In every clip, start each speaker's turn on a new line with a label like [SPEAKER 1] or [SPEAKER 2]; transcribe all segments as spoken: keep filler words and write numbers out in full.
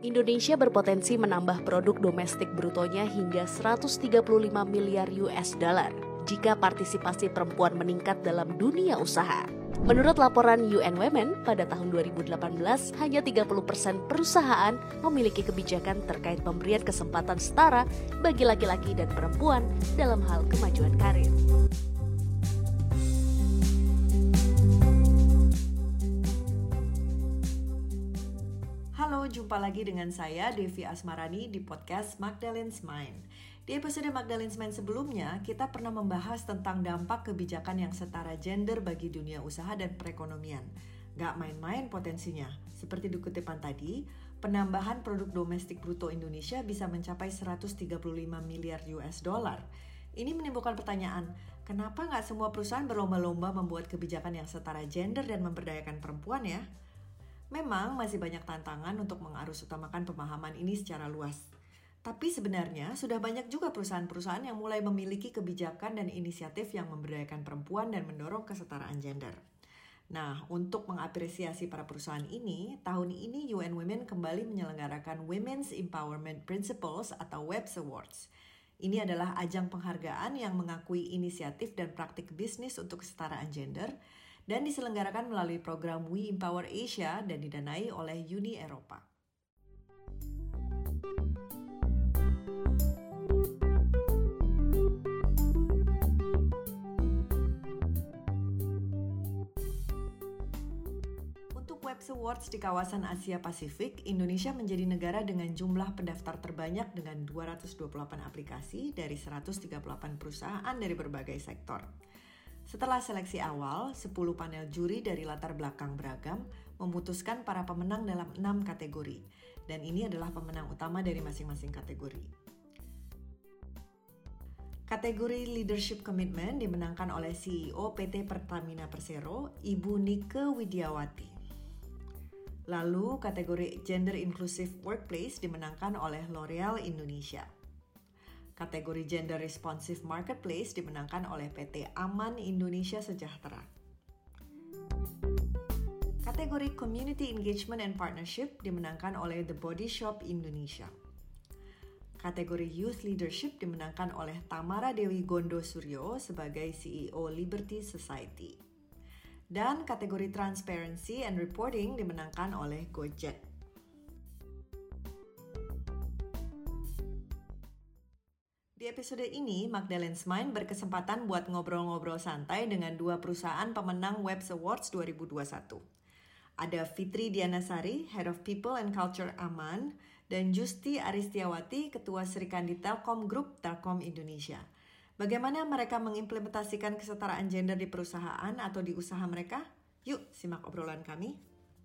[SPEAKER 1] Indonesia berpotensi menambah produk domestik brutonya hingga seratus tiga puluh lima miliar U S dollar jika partisipasi perempuan meningkat dalam dunia usaha. Menurut laporan U N Women, pada tahun dua ribu delapan belas, hanya tiga puluh persen perusahaan memiliki kebijakan terkait pemberian kesempatan setara bagi laki-laki dan perempuan dalam hal kemajuan karir.
[SPEAKER 2] Halo, jumpa lagi dengan saya Devi Asmarani di podcast Magdalene's Mind. Di episode Magdalene's Mind sebelumnya, kita pernah membahas tentang dampak kebijakan yang setara gender bagi dunia usaha dan perekonomian. Gak main-main potensinya. Seperti di kutipan tadi, penambahan produk domestik bruto Indonesia bisa mencapai seratus tiga puluh lima miliar U S dollar. Ini menimbulkan pertanyaan, kenapa gak semua perusahaan berlomba-lomba membuat kebijakan yang setara gender dan memberdayakan perempuan ya? Memang masih banyak tantangan untuk mengarusutamakan pemahaman ini secara luas. Tapi sebenarnya sudah banyak juga perusahaan-perusahaan yang mulai memiliki kebijakan dan inisiatif yang memberdayakan perempuan dan mendorong kesetaraan gender. Nah, untuk mengapresiasi para perusahaan ini, tahun ini U N Women kembali menyelenggarakan Women's Empowerment Principles atau W E P S Awards. Ini adalah ajang penghargaan yang mengakui inisiatif dan praktik bisnis untuk kesetaraan gender dan diselenggarakan melalui program We Empower Asia dan didanai oleh Uni Eropa. Untuk W E P S Awards di kawasan Asia Pasifik, Indonesia menjadi negara dengan jumlah pendaftar terbanyak dengan dua ratus dua puluh delapan aplikasi dari seratus tiga puluh delapan perusahaan dari berbagai sektor. Setelah seleksi awal, sepuluh panel juri dari latar belakang beragam memutuskan para pemenang dalam enam kategori. Dan ini adalah pemenang utama dari masing-masing kategori. Kategori Leadership Commitment dimenangkan oleh C E O P T Pertamina Persero, Ibu Nike Widiawati. Lalu kategori Gender Inclusive Workplace dimenangkan oleh L'Oreal Indonesia. Kategori Gender Responsive Marketplace dimenangkan oleh P T Aman Indonesia Sejahtera. Kategori Community Engagement and Partnership dimenangkan oleh The Body Shop Indonesia. Kategori Youth Leadership dimenangkan oleh Tamara Dewi Gondo Suryo sebagai C E O Liberty Society. Dan kategori Transparency and Reporting dimenangkan oleh Gojek. Di episode ini, Magdalene's Mind berkesempatan buat ngobrol-ngobrol santai dengan dua perusahaan pemenang W E P S Awards dua ribu dua puluh satu. Ada Fitri Dianasari, Head of People and Culture Aman, dan Justi Aristiawati, Ketua Serikandi Telkom Group Telkom Indonesia. Bagaimana mereka mengimplementasikan kesetaraan gender di perusahaan atau di usaha mereka? Yuk, simak obrolan kami.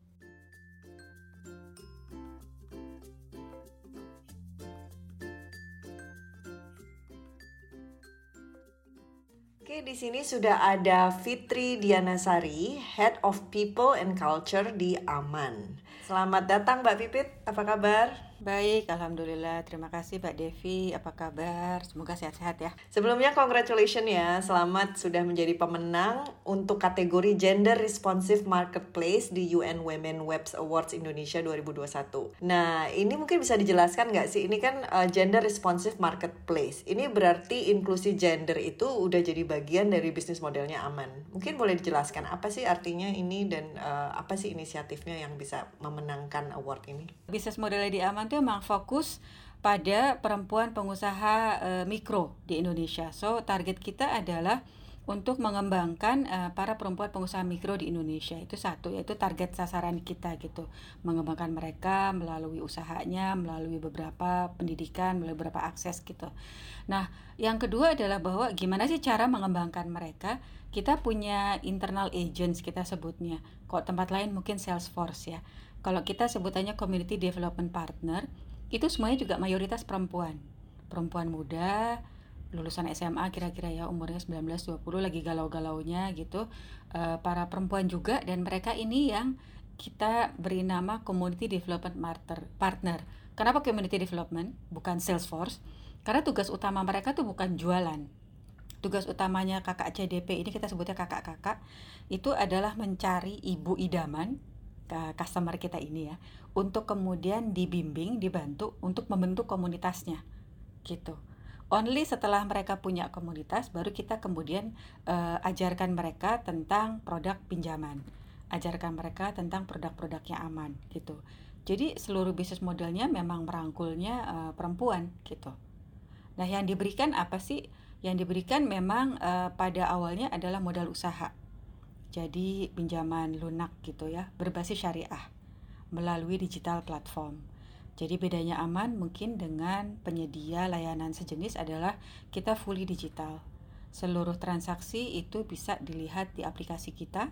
[SPEAKER 2] Oke, di sini sudah ada Fitri Dianasari, Head of People and Culture di Aman. Selamat datang Mbak Pipit, apa kabar?
[SPEAKER 3] Baik, Alhamdulillah. Terima kasih Mbak Devi, apa kabar? Semoga sehat-sehat ya.
[SPEAKER 2] Sebelumnya congratulations ya, selamat sudah menjadi pemenang untuk kategori Gender Responsive Marketplace di U N Women W E P S Awards Indonesia dua ribu dua puluh satu. Nah, ini mungkin bisa dijelaskan nggak sih? Ini kan uh, Gender Responsive Marketplace. Ini berarti inklusi gender itu udah jadi bagian dari bisnis modelnya Aman. Mungkin boleh dijelaskan apa sih artinya ini dan uh, apa sih inisiatifnya yang bisa memenangkan award ini?
[SPEAKER 3] Bisnis modelnya di Aman itu memang fokus pada perempuan pengusaha e, mikro di Indonesia. So target kita adalah untuk mengembangkan e, para perempuan pengusaha mikro di Indonesia. Itu satu, yaitu target sasaran kita gitu. Mengembangkan mereka melalui usahanya, melalui beberapa pendidikan, melalui beberapa akses gitu. Nah, yang kedua adalah bahwa gimana sih cara mengembangkan mereka? Kita punya internal agents kita sebutnya. Kok tempat lain mungkin Salesforce ya. Kalau kita sebutannya Community Development Partner, itu semuanya juga mayoritas perempuan. Perempuan muda, lulusan S M A kira-kira ya, umurnya sembilan belas dua puluh, lagi galau-galaunya gitu. E, para perempuan juga, dan mereka ini yang kita beri nama Community Development Partner. Kenapa Community Development? Bukan Salesforce. Karena tugas utama mereka tuh bukan jualan. Tugas utamanya kakak C D P, ini kita sebutnya kakak-kakak, itu adalah mencari ibu idaman uh, customer kita ini ya, untuk kemudian dibimbing, dibantu untuk membentuk komunitasnya gitu. Only setelah mereka punya komunitas baru kita kemudian uh, ajarkan mereka tentang produk pinjaman, ajarkan mereka tentang produk-produk yang aman gitu. Jadi seluruh bisnis modelnya memang merangkulnya uh, perempuan gitu. Nah, yang diberikan apa sih? Yang diberikan memang uh, pada awalnya adalah modal usaha. Jadi pinjaman lunak gitu ya, berbasis syariah melalui digital platform. Jadi bedanya Aman mungkin dengan penyedia layanan sejenis adalah kita fully digital. Seluruh transaksi itu bisa dilihat di aplikasi kita.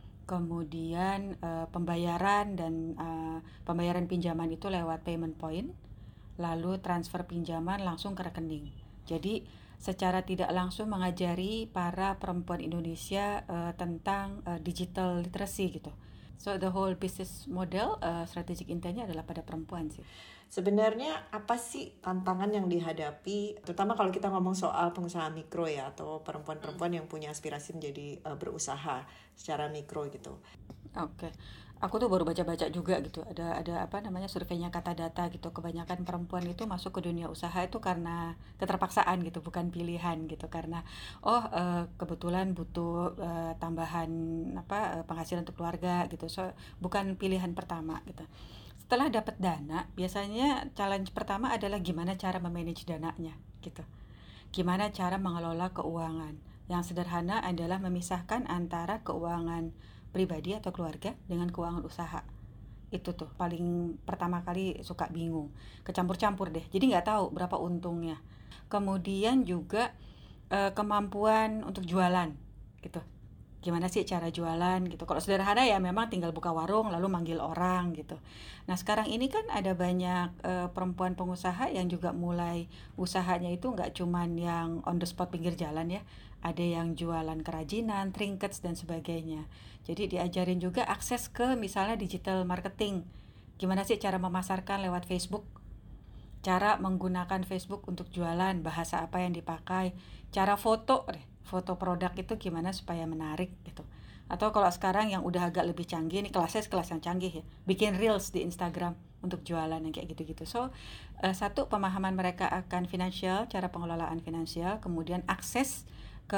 [SPEAKER 3] Kemudian uh, pembayaran dan uh, pembayaran pinjaman itu lewat payment point. Lalu transfer pinjaman langsung ke rekening. Jadi secara tidak langsung mengajari para perempuan Indonesia uh, tentang uh, digital literacy gitu. So the whole business model uh, strategic intentnya adalah pada perempuan sih.
[SPEAKER 2] Sebenarnya apa sih tantangan yang dihadapi, terutama kalau kita ngomong soal pengusaha mikro ya, atau perempuan-perempuan yang punya aspirasi menjadi uh, berusaha secara mikro gitu.
[SPEAKER 3] Oke. Okay. Aku tuh baru baca-baca juga gitu, ada ada apa namanya surveinya Kata Data gitu. Kebanyakan perempuan itu masuk ke dunia usaha itu karena keterpaksaan gitu, bukan pilihan gitu. Karena oh uh, kebetulan butuh uh, tambahan apa uh, penghasilan untuk keluarga gitu. So bukan pilihan pertama gitu. Setelah dapat dana, biasanya challenge pertama adalah gimana cara memanage dananya gitu. Gimana cara mengelola keuangan. Yang sederhana adalah memisahkan antara keuangan pribadi atau keluarga dengan keuangan usaha. Itu tuh paling pertama kali suka bingung, kecampur-campur deh, jadi nggak tahu berapa untungnya. Kemudian juga e, kemampuan untuk jualan gitu, gimana sih cara jualan gitu. Kalau sederhana ya memang tinggal buka warung lalu manggil orang gitu. Nah sekarang ini kan ada banyak e, perempuan pengusaha yang juga mulai usahanya itu nggak cuman yang on the spot pinggir jalan ya, ada yang jualan kerajinan, trinkets dan sebagainya. Jadi diajarin juga akses ke misalnya digital marketing. Gimana sih cara memasarkan lewat Facebook? Cara menggunakan Facebook untuk jualan, bahasa apa yang dipakai, cara foto deh, foto produk itu gimana supaya menarik gitu. Atau kalau sekarang yang udah agak lebih canggih, ini kelasnya kelas yang canggih ya, bikin reels di Instagram untuk jualan yang kayak gitu-gitu. So, uh, satu pemahaman mereka akan finansial, cara pengelolaan finansial, kemudian akses ke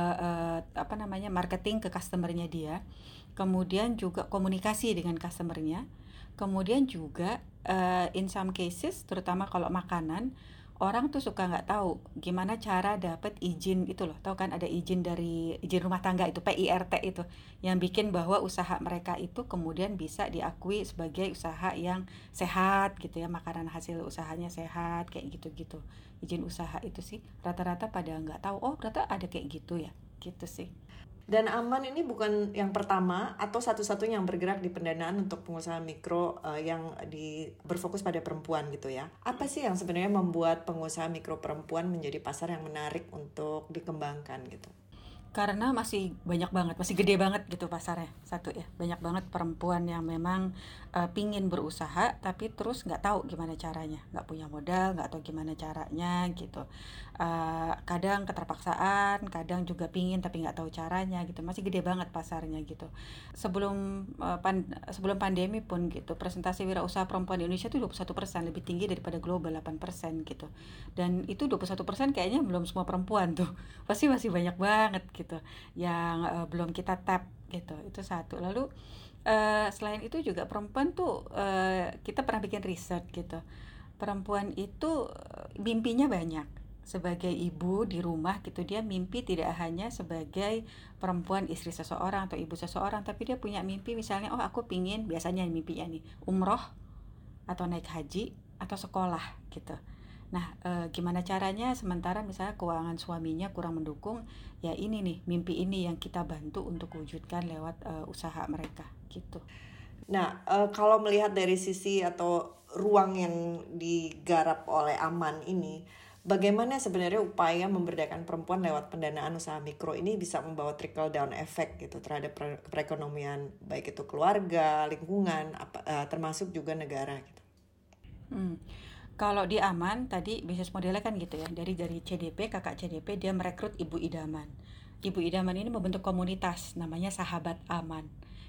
[SPEAKER 3] uh, apa namanya marketing ke customernya dia, kemudian juga komunikasi dengan customernya, kemudian juga uh, in some cases terutama kalau makanan orang tuh suka nggak tahu gimana cara dapat izin itu loh, tahu kan ada izin dari izin rumah tangga itu P I R T itu yang bikin bahwa usaha mereka itu kemudian bisa diakui sebagai usaha yang sehat gitu ya, makanan hasil usahanya sehat kayak gitu-gitu. Izin usaha itu sih rata-rata pada nggak tahu, oh ternyata ada kayak gitu ya gitu sih.
[SPEAKER 2] Dan Aman ini bukan yang pertama atau satu-satunya yang bergerak di pendanaan untuk pengusaha mikro uh, yang di, berfokus pada perempuan gitu ya. Apa sih yang sebenarnya membuat pengusaha mikro perempuan menjadi pasar yang menarik untuk dikembangkan gitu?
[SPEAKER 3] Karena masih banyak banget, masih gede banget gitu pasarnya, satu ya, banyak banget perempuan yang memang uh, pingin berusaha tapi terus nggak tahu gimana caranya, nggak punya modal, nggak tahu gimana caranya gitu. Uh, kadang keterpaksaan, kadang juga pingin tapi nggak tahu caranya gitu, masih gede banget pasarnya gitu. Sebelum uh, pan, sebelum pandemi pun gitu, presentasi wirausaha perempuan di Indonesia itu dua puluh satu persen, lebih tinggi daripada global delapan persen gitu. Dan itu dua puluh satu persen kayaknya belum semua perempuan tuh, pasti masih banyak banget gitu yang uh, belum kita tap gitu. Itu satu. Lalu uh, selain itu juga perempuan tuh uh, kita pernah bikin riset gitu, perempuan itu uh, mimpinya banyak. Sebagai ibu di rumah gitu, dia mimpi tidak hanya sebagai perempuan istri seseorang atau ibu seseorang, tapi dia punya mimpi misalnya, oh aku pingin, biasanya mimpinya nih umroh atau naik haji atau sekolah gitu. Nah, e, gimana caranya sementara misalnya keuangan suaminya kurang mendukung, ya ini nih, mimpi ini yang kita bantu untuk wujudkan lewat e, usaha mereka, gitu.
[SPEAKER 2] Nah, e, kalau melihat dari sisi atau ruang yang digarap oleh Aman ini, bagaimana sebenarnya upaya memberdayakan perempuan lewat pendanaan usaha mikro ini bisa membawa trickle down effect gitu terhadap perekonomian, baik itu keluarga, lingkungan, apa, e, termasuk juga negara gitu.
[SPEAKER 3] Hmm. Kalau di Aman tadi bisnis modelnya kan gitu ya, dari dari C D P, kakak C D P dia merekrut ibu idaman. Ibu idaman ini membentuk komunitas namanya Sahabat Aman.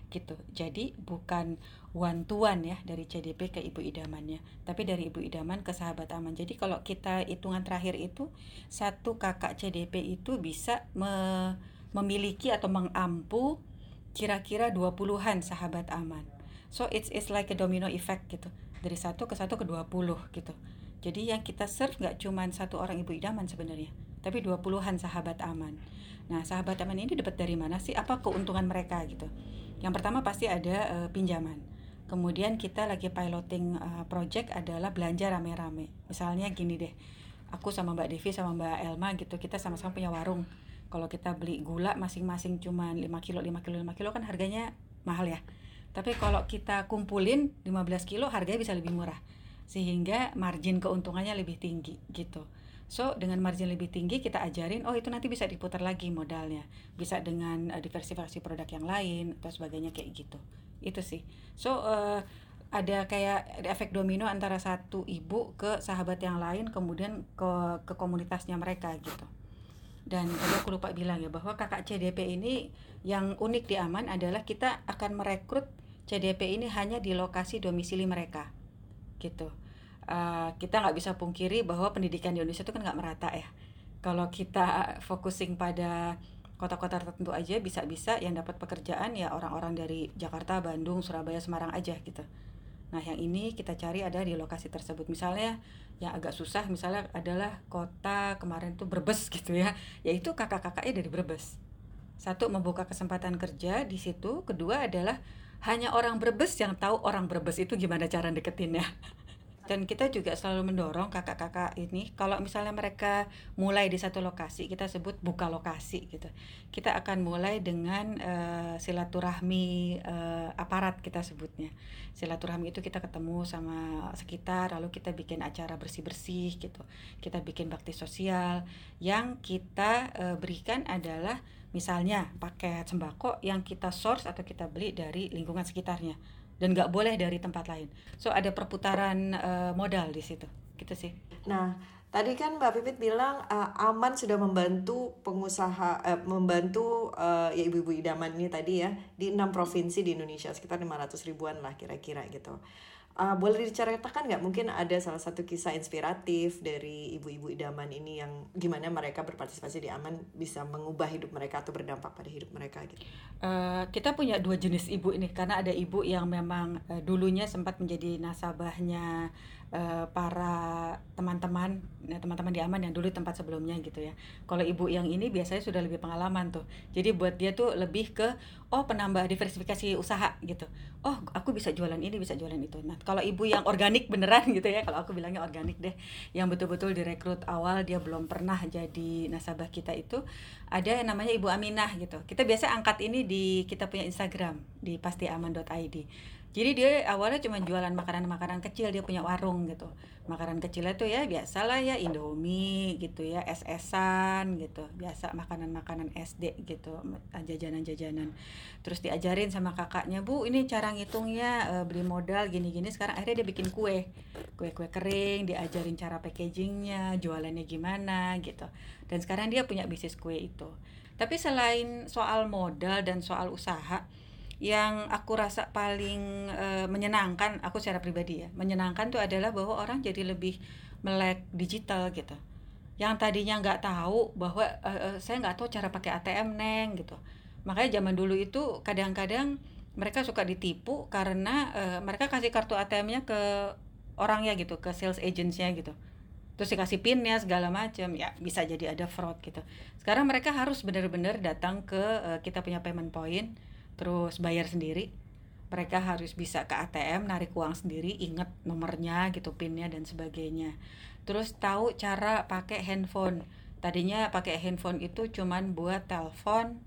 [SPEAKER 3] gitu. Jadi bukan one to one ya dari C D P ke ibu idamannya, tapi dari ibu idaman ke sahabat aman. Jadi kalau kita hitungan terakhir itu satu kakak C D P itu bisa me- memiliki atau mengampu kira-kira dua puluhan sahabat aman. So it's it's like a domino effect gitu. Dari satu ke satu ke dua puluh gitu. Jadi yang kita serve nggak cuma satu orang ibu idaman sebenarnya, tapi dua puluhan sahabat aman. Nah, sahabat aman ini dapat dari mana sih? Apa keuntungan mereka gitu? Yang pertama pasti ada uh, pinjaman. Kemudian kita lagi piloting uh, project adalah belanja rame-rame. Misalnya gini deh, aku sama Mbak Devi sama Mbak Elma gitu, kita sama-sama punya warung. Kalau kita beli gula masing-masing cuma lima kilo, lima kilo, lima kilo kan harganya mahal ya. Tapi kalau kita kumpulin lima belas kilo harganya bisa lebih murah. Sehingga margin keuntungannya lebih tinggi gitu. So dengan margin lebih tinggi kita ajarin, oh itu nanti bisa diputar lagi modalnya, bisa dengan uh, diversifikasi produk yang lain atau sebagainya kayak gitu. Itu sih. So uh, ada kayak efek domino antara satu ibu ke sahabat yang lain, kemudian ke ke komunitasnya mereka gitu. Dan tadi aku lupa bilang ya bahwa kakak C D P ini yang unik di Aman adalah kita akan merekrut C D P ini hanya di lokasi domisili mereka gitu. Uh, kita nggak bisa pungkiri bahwa pendidikan di Indonesia itu kan nggak merata ya. Kalau kita focusing pada kota-kota tertentu aja, bisa-bisa yang dapat pekerjaan ya orang-orang dari Jakarta, Bandung, Surabaya, Semarang aja gitu. Nah yang ini kita cari ada di lokasi tersebut. Misalnya yang agak susah misalnya adalah kota kemarin tuh Brebes gitu ya, yaitu kakak-kakaknya dari Brebes. Satu, membuka kesempatan kerja di situ. Kedua adalah hanya orang Brebes yang tahu orang Brebes itu gimana cara deketinnya. Dan kita juga selalu mendorong kakak-kakak ini, kalau misalnya mereka mulai di satu lokasi, kita sebut buka lokasi gitu. Kita akan mulai dengan uh, silaturahmi uh, aparat kita sebutnya. Silaturahmi itu kita ketemu sama sekitar, lalu kita bikin acara bersih-bersih gitu. Kita bikin bakti sosial. Yang kita uh, berikan adalah misalnya paket sembako yang kita source atau kita beli dari lingkungan sekitarnya. Dan nggak boleh dari tempat lain. So ada perputaran uh, modal di situ, gitu sih.
[SPEAKER 2] Nah, tadi kan Mbak Pipit bilang uh, Aman sudah membantu pengusaha, uh, membantu uh, ya ibu-ibu idaman ini tadi ya di enam provinsi di Indonesia, sekitar lima ratus ribuan lah kira-kira gitu. Uh, boleh diceritakan nggak mungkin ada salah satu kisah inspiratif dari ibu-ibu idaman ini yang gimana mereka berpartisipasi di Aman bisa mengubah hidup mereka atau berdampak pada hidup mereka gitu?
[SPEAKER 3] Uh, kita punya dua jenis ibu ini karena ada ibu yang memang uh, dulunya sempat menjadi nasabahnya uh, para teman-teman, ya, teman-teman di Aman yang dulu tempat sebelumnya gitu ya. Kalau ibu yang ini biasanya sudah lebih pengalaman tuh. Jadi buat dia tuh lebih ke oh penambah diversifikasi usaha gitu. Oh aku bisa jualan ini, bisa jualan itu. Nah kalau ibu yang organik beneran gitu ya, kalau aku bilangnya organik deh, yang betul-betul direkrut awal dia belum pernah jadi nasabah kita itu, ada yang namanya Ibu Aminah gitu. Kita biasa angkat ini di kita punya Instagram di pastiaman dot i d. Jadi dia awalnya cuma jualan makanan-makanan kecil, dia punya warung gitu. Makanan kecilnya tuh ya biasalah ya Indomie gitu ya, es-esan gitu. Biasa makanan-makanan S D gitu, jajanan-jajanan. Terus diajarin sama kakaknya, "Bu, ini cara ngitungnya, e, beli modal gini-gini." Sekarang akhirnya dia bikin kue. Kue-kue kering, diajarin cara packagingnya, jualannya gimana gitu. Dan sekarang dia punya bisnis kue itu. Tapi selain soal modal dan soal usaha, yang aku rasa paling e, menyenangkan, aku secara pribadi ya, menyenangkan tuh adalah bahwa orang jadi lebih melek digital gitu. Yang tadinya nggak tahu bahwa e, e, saya nggak tahu cara pakai A T M neng gitu. Makanya zaman dulu itu kadang-kadang mereka suka ditipu karena e, mereka kasih kartu A T M-nya ke orangnya gitu, ke sales agent-nya gitu. Terus dikasih PIN-nya segala macam, ya bisa jadi ada fraud gitu. Sekarang mereka harus benar-benar datang ke e, kita punya payment point, terus bayar sendiri. Mereka harus bisa ke A T M, narik uang sendiri, inget nomornya gitu, PIN-nya dan sebagainya. Terus tahu cara pakai handphone. Tadinya pakai handphone itu cuman buat telepon,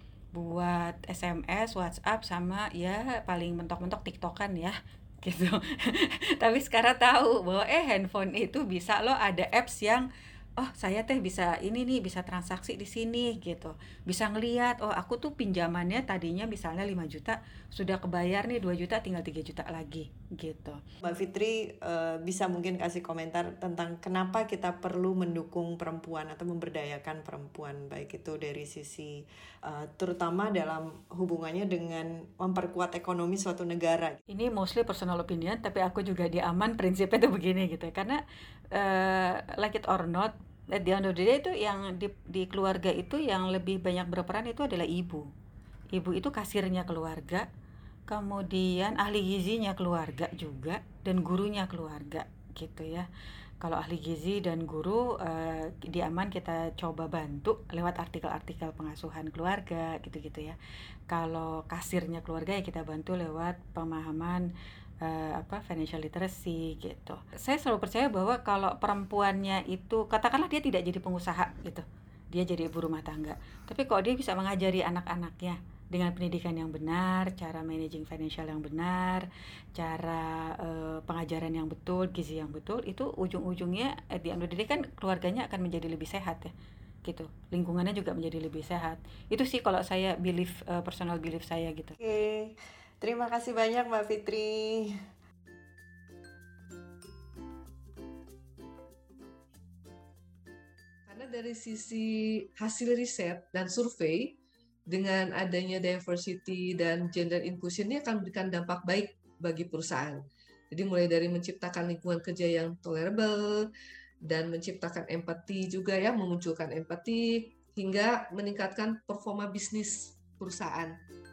[SPEAKER 3] buat S M S, WhatsApp, sama ya paling mentok-mentok TikTokan ya gitu. Tapi sekarang tahu bahwa eh handphone itu bisa loh, ada apps yang oh saya teh bisa ini nih, bisa transaksi di sini gitu. Bisa ngelihat, oh aku tuh pinjamannya tadinya misalnya lima juta, sudah kebayar nih dua juta, tinggal tiga juta lagi gitu.
[SPEAKER 2] Mbak Fitri uh, bisa mungkin kasih komentar tentang kenapa kita perlu mendukung perempuan atau memberdayakan perempuan, baik itu dari sisi uh, terutama dalam hubungannya dengan memperkuat ekonomi suatu negara.
[SPEAKER 3] Ini mostly personal opinion, tapi aku juga di Aman prinsipnya itu begini gitu, karena uh, like it or not, at the end of the day itu yang di, di keluarga itu yang lebih banyak berperan itu adalah ibu. Ibu itu kasirnya keluarga, kemudian ahli gizinya keluarga juga, dan gurunya keluarga gitu ya. Kalau ahli gizi dan guru eh, di Aman kita coba bantu lewat artikel-artikel pengasuhan keluarga gitu-gitu ya. Kalau kasirnya keluarga ya kita bantu lewat pemahaman eh, apa financial literacy gitu. Saya selalu percaya bahwa kalau perempuannya itu katakanlah dia tidak jadi pengusaha gitu, dia jadi ibu rumah tangga, tapi kalau dia bisa mengajari anak-anaknya dengan pendidikan yang benar, cara managing financial yang benar, cara uh, pengajaran yang betul, gizi yang betul, itu ujung-ujungnya at the end of the day kan keluarganya akan menjadi lebih sehat ya, gitu. Lingkungannya juga menjadi lebih sehat. Itu sih kalau saya belief, uh, personal belief saya gitu.
[SPEAKER 2] Oke, terima kasih banyak Mbak Fitri.
[SPEAKER 4] Karena dari sisi hasil riset dan survei, dengan adanya diversity dan gender inclusion ini akan memberikan dampak baik bagi perusahaan. Jadi mulai dari menciptakan lingkungan kerja yang tolerable dan menciptakan empati juga ya, memunculkan empati hingga meningkatkan performa bisnis perusahaan.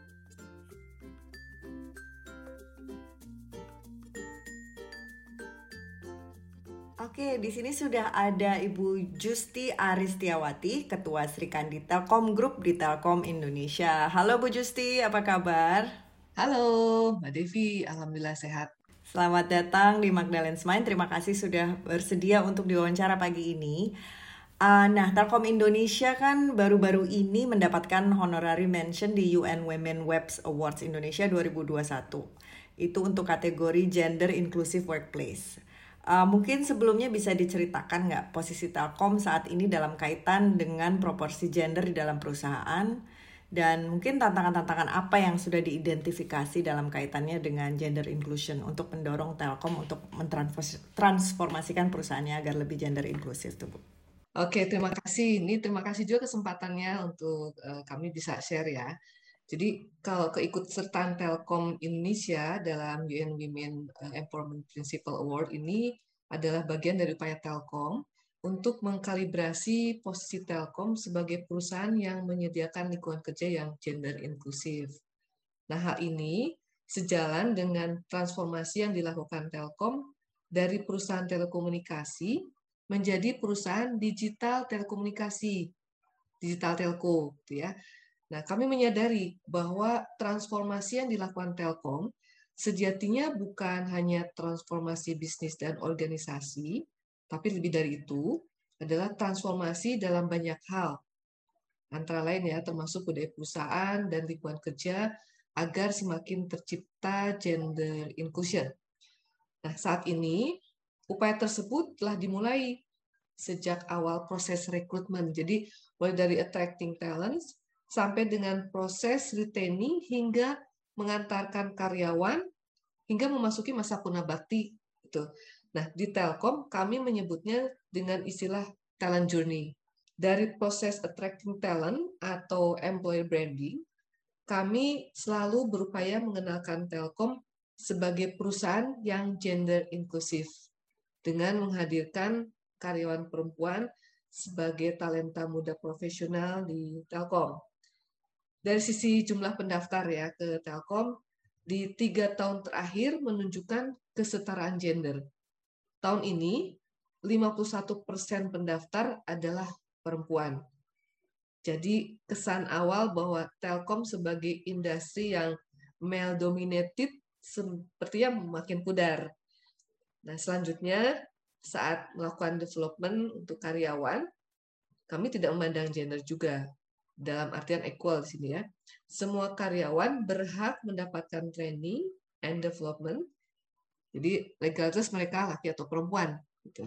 [SPEAKER 2] Oke, di sini sudah ada Ibu Justi Aristiawati, Ketua Srikandi Telkom Group di Telkom Indonesia. Halo Bu Justi, apa kabar?
[SPEAKER 4] Halo Mbak Devi, alhamdulillah sehat.
[SPEAKER 2] Selamat datang di Magdalene's Mind. Terima kasih sudah bersedia untuk diwawancara pagi ini. Uh, nah, Telkom Indonesia kan baru-baru ini mendapatkan honorary mention di U N Women Web Awards Indonesia dua ribu dua puluh satu. Itu untuk kategori Gender Inclusive Workplace. Uh, mungkin sebelumnya bisa diceritakan nggak posisi Telkom saat ini dalam kaitan dengan proporsi gender di dalam perusahaan, dan mungkin tantangan-tantangan apa yang sudah diidentifikasi dalam kaitannya dengan gender inclusion untuk mendorong Telkom untuk mentransformasikan perusahaannya agar lebih gender inklusif tuh Bu.
[SPEAKER 4] Oke, terima kasih. Ini terima kasih juga kesempatannya untuk uh, kami bisa share ya. Jadi kalau keikutsertaan Telkom Indonesia dalam U N Women Empowerment Principle Award ini adalah bagian dari upaya Telkom untuk mengkalibrasi posisi Telkom sebagai perusahaan yang menyediakan lingkungan kerja yang gender inklusif. Nah, hal ini sejalan dengan transformasi yang dilakukan Telkom dari perusahaan telekomunikasi menjadi perusahaan digital telekomunikasi, digital telco, gitu ya. Nah, kami menyadari bahwa transformasi yang dilakukan Telkom sejatinya bukan hanya transformasi bisnis dan organisasi, tapi lebih dari itu adalah transformasi dalam banyak hal. Antara lain ya, termasuk budaya perusahaan dan lingkungan kerja agar semakin tercipta gender inclusion. Nah, saat ini upaya tersebut telah dimulai sejak awal proses rekrutmen. Jadi, mulai dari attracting talents sampai dengan proses retaining hingga mengantarkan karyawan hingga memasuki masa punabakti. Gitu. Nah, di Telkom kami menyebutnya dengan istilah talent journey. Dari proses attracting talent atau employer branding, kami selalu berupaya mengenalkan Telkom sebagai perusahaan yang gender inklusif dengan menghadirkan karyawan perempuan sebagai talenta muda profesional di Telkom. Dari sisi jumlah pendaftar ya ke Telkom, di tiga tahun terakhir menunjukkan kesetaraan gender. Tahun ini, lima puluh satu persen pendaftar adalah perempuan. Jadi kesan awal bahwa Telkom sebagai industri yang male-dominated sepertinya makin pudar. Nah, selanjutnya, saat melakukan development untuk karyawan, kami tidak memandang gender juga. Dalam artian equal di sini ya. Semua karyawan berhak mendapatkan training and development. Jadi legalitas mereka laki atau perempuan. Gitu.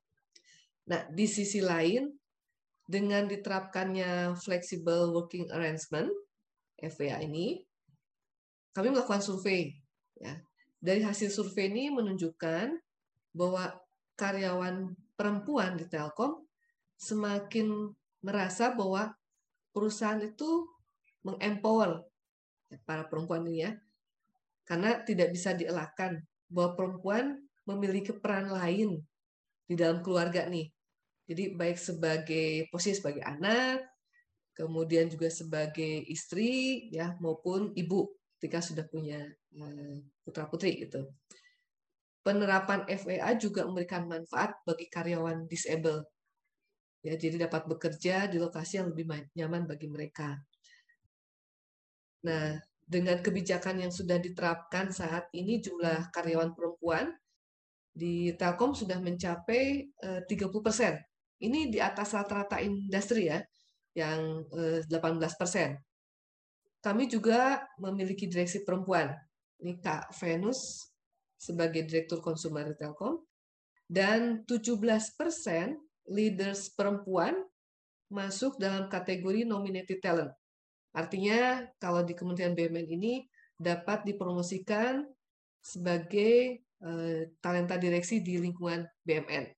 [SPEAKER 4] Nah, di sisi lain, dengan diterapkannya flexible working arrangement, F W A ini, kami melakukan survei. Ya. Dari hasil survei ini menunjukkan bahwa karyawan perempuan di Telkom semakin merasa bahwa perusahaan itu mengempower para perempuan ini ya, karena tidak bisa dielakkan bahwa perempuan memiliki peran lain di dalam keluarga nih. Jadi baik sebagai posisi sebagai anak, kemudian juga sebagai istri ya maupun ibu ketika sudah punya putra putri gitu. Penerapan F W A juga memberikan manfaat bagi karyawan disable. Ya, jadi dapat bekerja di lokasi yang lebih nyaman bagi mereka. Nah, dengan kebijakan yang sudah diterapkan saat ini jumlah karyawan perempuan di Telkom sudah mencapai tiga puluh persen. Ini di atas rata-rata industri ya, yang delapan belas persen. Kami juga memiliki direksi perempuan. Ini Kak Venus sebagai Direktur Konsumer Telkom. Dan tujuh belas persen leaders perempuan masuk dalam kategori nominated talent. Artinya kalau di Kementerian B U M N ini dapat dipromosikan sebagai uh, talenta direksi di lingkungan B U M N.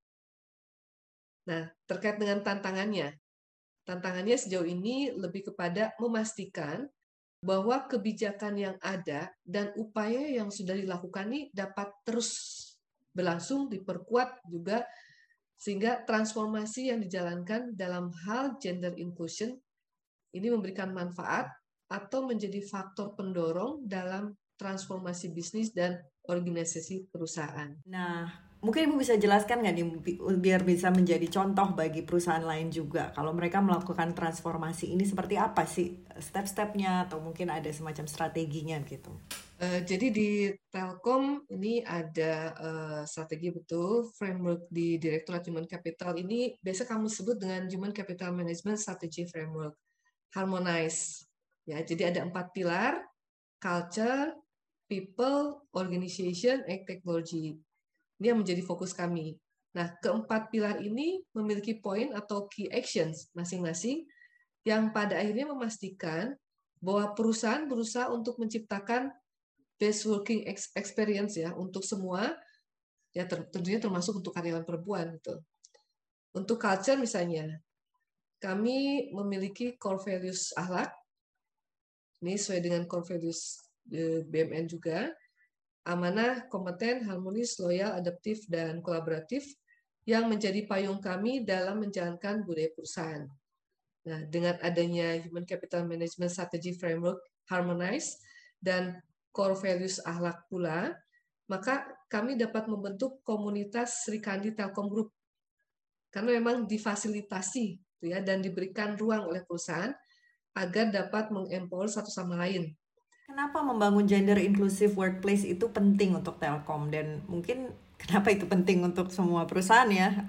[SPEAKER 4] Nah, terkait dengan tantangannya, tantangannya sejauh ini lebih kepada memastikan bahwa kebijakan yang ada dan upaya yang sudah dilakukan ini dapat terus berlangsung, diperkuat juga, sehingga transformasi yang dijalankan dalam hal gender inclusion ini memberikan manfaat atau menjadi faktor pendorong dalam transformasi bisnis dan organisasi perusahaan.
[SPEAKER 2] Nah, mungkin Ibu bisa jelaskan nggak nih, biar bisa menjadi contoh bagi perusahaan lain juga, kalau mereka melakukan transformasi ini seperti apa sih step-stepnya, atau mungkin ada semacam strateginya gitu?
[SPEAKER 4] Uh, jadi di Telkom ini ada uh, strategi betul, framework di Direktorat Human Capital ini biasa kamu sebut dengan Human Capital Management Strategy Framework, harmonize. Ya, jadi ada empat pilar: culture, people, organization, and technology. Ini yang menjadi fokus kami. Nah, keempat pilar ini memiliki poin atau key actions masing-masing yang pada akhirnya memastikan bahwa perusahaan berusaha untuk menciptakan best working experience ya untuk semua, ya tentunya termasuk untuk karyawan perempuan gitu. Untuk culture misalnya, kami memiliki core values akhlak. Ini sesuai dengan core values B U M N juga. Amanah, kompeten, harmonis, loyal, adaptif, dan kolaboratif yang menjadi payung kami dalam menjalankan budaya perusahaan. Nah, dengan adanya Human Capital Management Strategy Framework, harmonize, dan core values akhlak pula, maka kami dapat membentuk komunitas Sri Kandi Telkom Group. Karena memang difasilitasi ya, dan diberikan ruang oleh perusahaan agar dapat mengempower satu sama lain.
[SPEAKER 2] Kenapa membangun gender inclusive workplace itu penting untuk Telkom, dan mungkin kenapa itu penting untuk semua perusahaan ya?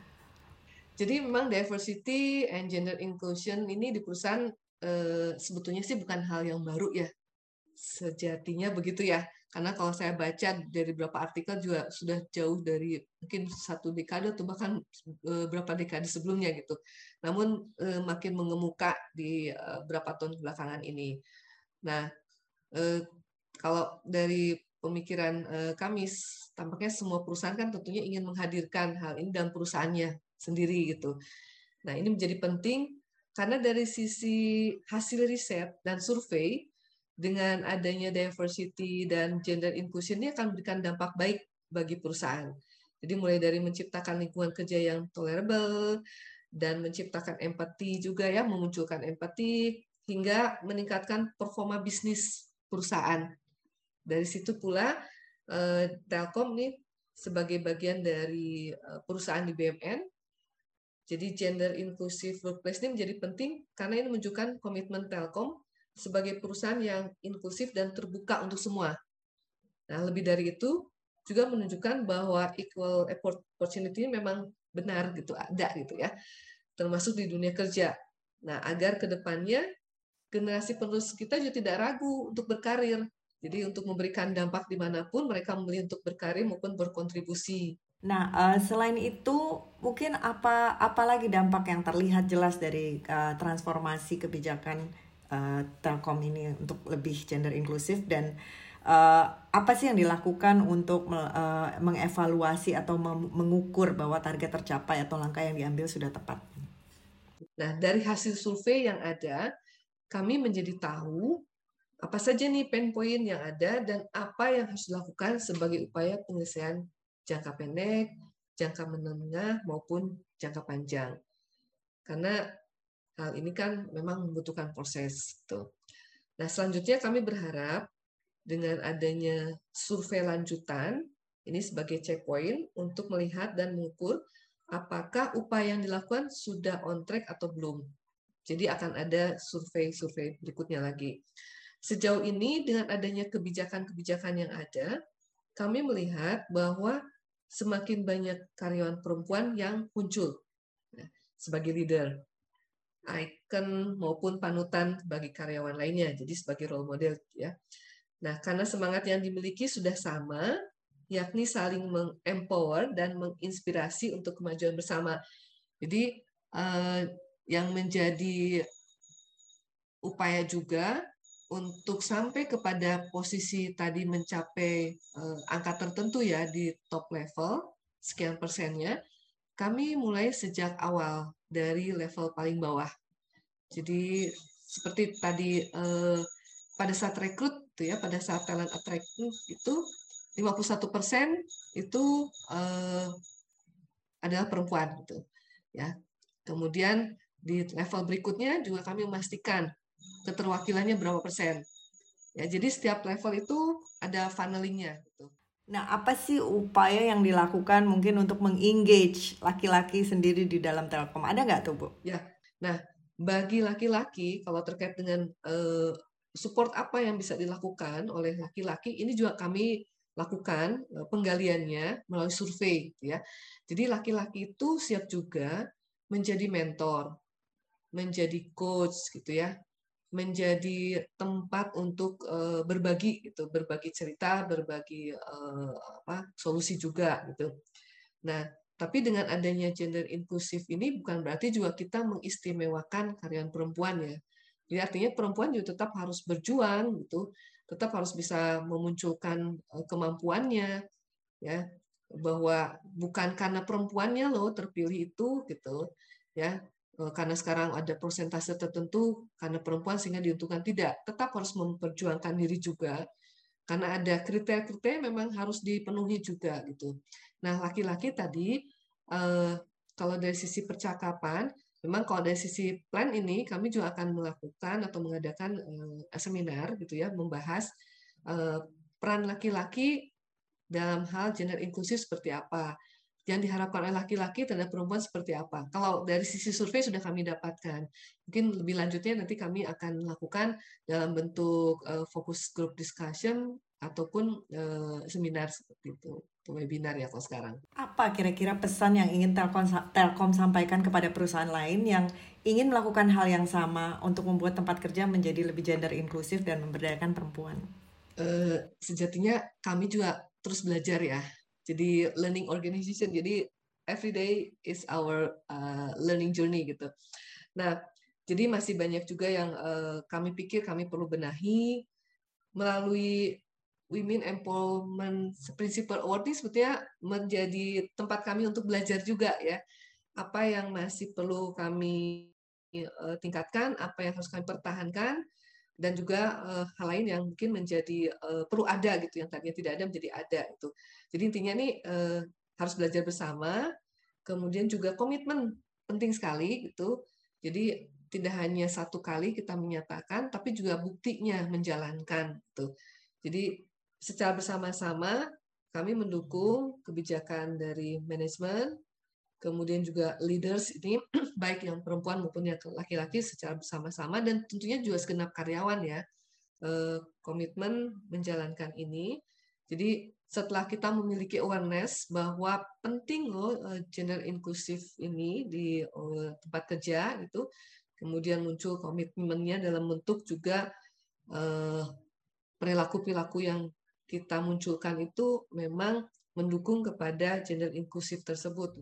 [SPEAKER 4] Jadi memang diversity and gender inclusion ini di perusahaan eh, sebetulnya sih bukan hal yang baru ya. Sejatinya begitu ya. Karena kalau saya baca dari beberapa artikel juga sudah jauh dari mungkin satu dekade atau bahkan eh, berapa dekade sebelumnya gitu. Namun eh, makin mengemuka di eh, beberapa tahun belakangan ini. Nah, eh, kalau dari pemikiran eh, kami, tampaknya semua perusahaan kan tentunya ingin menghadirkan hal ini dalam perusahaannya sendiri gitu. Nah, ini menjadi penting karena dari sisi hasil riset dan survei, dengan adanya diversity dan gender inclusion ini akan memberikan dampak baik bagi perusahaan. Jadi mulai dari menciptakan lingkungan kerja yang tolerable dan menciptakan empati juga ya, memunculkan empati hingga meningkatkan performa bisnis perusahaan. Dari situ pula eh, Telkom nih sebagai bagian dari eh, perusahaan di B U M N. Jadi gender inclusive workplace ini menjadi penting karena ini menunjukkan komitmen Telkom sebagai perusahaan yang inklusif dan terbuka untuk semua. Nah, lebih dari itu juga menunjukkan bahwa equal opportunity memang benar gitu, ada gitu ya, termasuk di dunia kerja. Nah, agar ke depannya generasi penerus kita juga tidak ragu untuk berkarir. Jadi untuk memberikan dampak dimanapun mereka memilih untuk berkarir maupun berkontribusi.
[SPEAKER 2] Nah, uh, selain itu mungkin apa apalagi dampak yang terlihat jelas dari uh, transformasi kebijakan Uh, Telkom ini untuk lebih gender inklusif, dan uh, apa sih yang dilakukan untuk uh, mengevaluasi atau mem- mengukur bahwa target tercapai atau langkah yang diambil sudah tepat?
[SPEAKER 4] Nah, dari hasil survei yang ada, kami menjadi tahu apa saja nih pain point yang ada dan apa yang harus dilakukan sebagai upaya penyelesaian jangka pendek, jangka menengah maupun jangka panjang. Karena hal ini kan memang membutuhkan proses. Gitu. Nah, selanjutnya kami berharap dengan adanya survei lanjutan, ini sebagai checkpoint untuk melihat dan mengukur apakah upaya yang dilakukan sudah on track atau belum. Jadi akan ada survei-survei berikutnya lagi. Sejauh ini dengan adanya kebijakan-kebijakan yang ada, kami melihat bahwa semakin banyak karyawan perempuan yang muncul sebagai leader, icon maupun panutan bagi karyawan lainnya, jadi sebagai role model ya. Nah, karena semangat yang dimiliki sudah sama, yakni saling meng-empower dan menginspirasi untuk kemajuan bersama. Jadi eh, yang menjadi upaya juga untuk sampai kepada posisi tadi mencapai eh, angka tertentu ya di top level sekian persennya, kami mulai sejak awal dari level paling bawah. Jadi seperti tadi eh, pada saat rekrut tuh ya, pada saat talent attraction itu lima puluh satu persen itu eh, adalah perempuan gitu. Ya. Kemudian di level berikutnya juga kami memastikan keterwakilannya berapa persen. Ya, jadi setiap level itu ada funnelingnya gitu.
[SPEAKER 2] Nah, apa sih upaya yang dilakukan mungkin untuk mengengage laki-laki sendiri di dalam Telkom? Ada nggak tuh, Bu?
[SPEAKER 4] Ya, nah bagi laki-laki kalau terkait dengan uh, support apa yang bisa dilakukan oleh laki-laki, ini juga kami lakukan uh, penggaliannya melalui survei, ya. Jadi laki-laki itu siap juga menjadi mentor, menjadi coach, gitu ya, menjadi tempat untuk uh, berbagi, gitu, berbagi cerita, berbagi uh, apa solusi juga, gitu. Nah, tapi dengan adanya gender inklusif ini bukan berarti juga kita mengistimewakan karyawan perempuan ya. Jadi artinya perempuan juga tetap harus berjuang gitu, tetap harus bisa memunculkan kemampuannya ya, bahwa bukan karena perempuannya loh terpilih itu gitu ya. Karena sekarang ada persentase tertentu karena perempuan sehingga diuntungkan, tidak, tetap harus memperjuangkan diri juga. Karena ada kriteria-kriteria memang harus dipenuhi juga gitu. Nah, laki-laki tadi eh, kalau dari sisi percakapan, memang kalau dari sisi plan ini kami juga akan melakukan atau mengadakan eh, seminar gitu ya, membahas eh, peran laki-laki dalam hal gender inklusif seperti apa, yang diharapkan oleh laki-laki terhadap perempuan seperti apa. Kalau dari sisi survei sudah kami dapatkan. Mungkin lebih lanjutnya nanti kami akan lakukan dalam bentuk uh, fokus group discussion ataupun uh, seminar seperti itu, webinar ya kalau sekarang.
[SPEAKER 2] Apa kira-kira pesan yang ingin Telkom, Telkom sampaikan kepada perusahaan lain yang ingin melakukan hal yang sama untuk membuat tempat kerja menjadi lebih gender inklusif dan memberdayakan perempuan?
[SPEAKER 4] Uh, sejatinya kami juga terus belajar ya. Jadi learning organization, jadi every day is our uh, learning journey gitu. Nah, jadi masih banyak juga yang uh, kami pikir kami perlu benahi melalui Women Empowerment Principle Award ini sebetulnya menjadi tempat kami untuk belajar juga ya. Apa yang masih perlu kami uh, tingkatkan, apa yang harus kami pertahankan, dan juga uh, hal lain yang mungkin menjadi uh, perlu ada gitu, yang tadinya tidak ada menjadi ada itu. Jadi intinya nih uh, harus belajar bersama, kemudian juga komitmen penting sekali gitu. Jadi tidak hanya satu kali kita menyatakan, tapi juga buktinya menjalankan gitu. Jadi secara bersama-sama kami mendukung kebijakan dari manajemen, kemudian juga leaders ini baik yang perempuan maupun yang laki-laki secara bersama-sama, dan tentunya juga segenap karyawan ya komitmen menjalankan ini. Jadi setelah kita memiliki awareness bahwa penting loh gender inklusif ini di tempat kerja itu, kemudian muncul komitmennya dalam bentuk juga perilaku-perilaku yang kita munculkan itu memang mendukung kepada gender inklusif tersebut.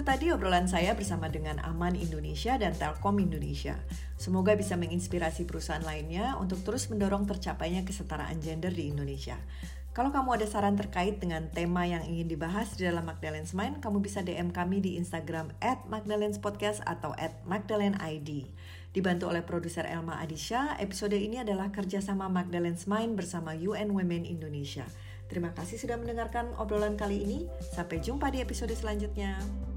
[SPEAKER 2] tadi obrolan saya bersama dengan Aman Indonesia dan Telkom Indonesia. Semoga bisa menginspirasi perusahaan lainnya untuk terus mendorong tercapainya kesetaraan gender di Indonesia. Kalau kamu ada saran terkait dengan tema yang ingin dibahas di dalam Magdalene's Mind, kamu bisa D M kami di Instagram at magdalenes podcast atau at magdalene I D. Dibantu oleh produser Elma Adisha, episode ini adalah kerjasama Magdalene's Mind bersama U N Women Indonesia. Terima kasih sudah mendengarkan obrolan kali ini. Sampai jumpa di episode selanjutnya.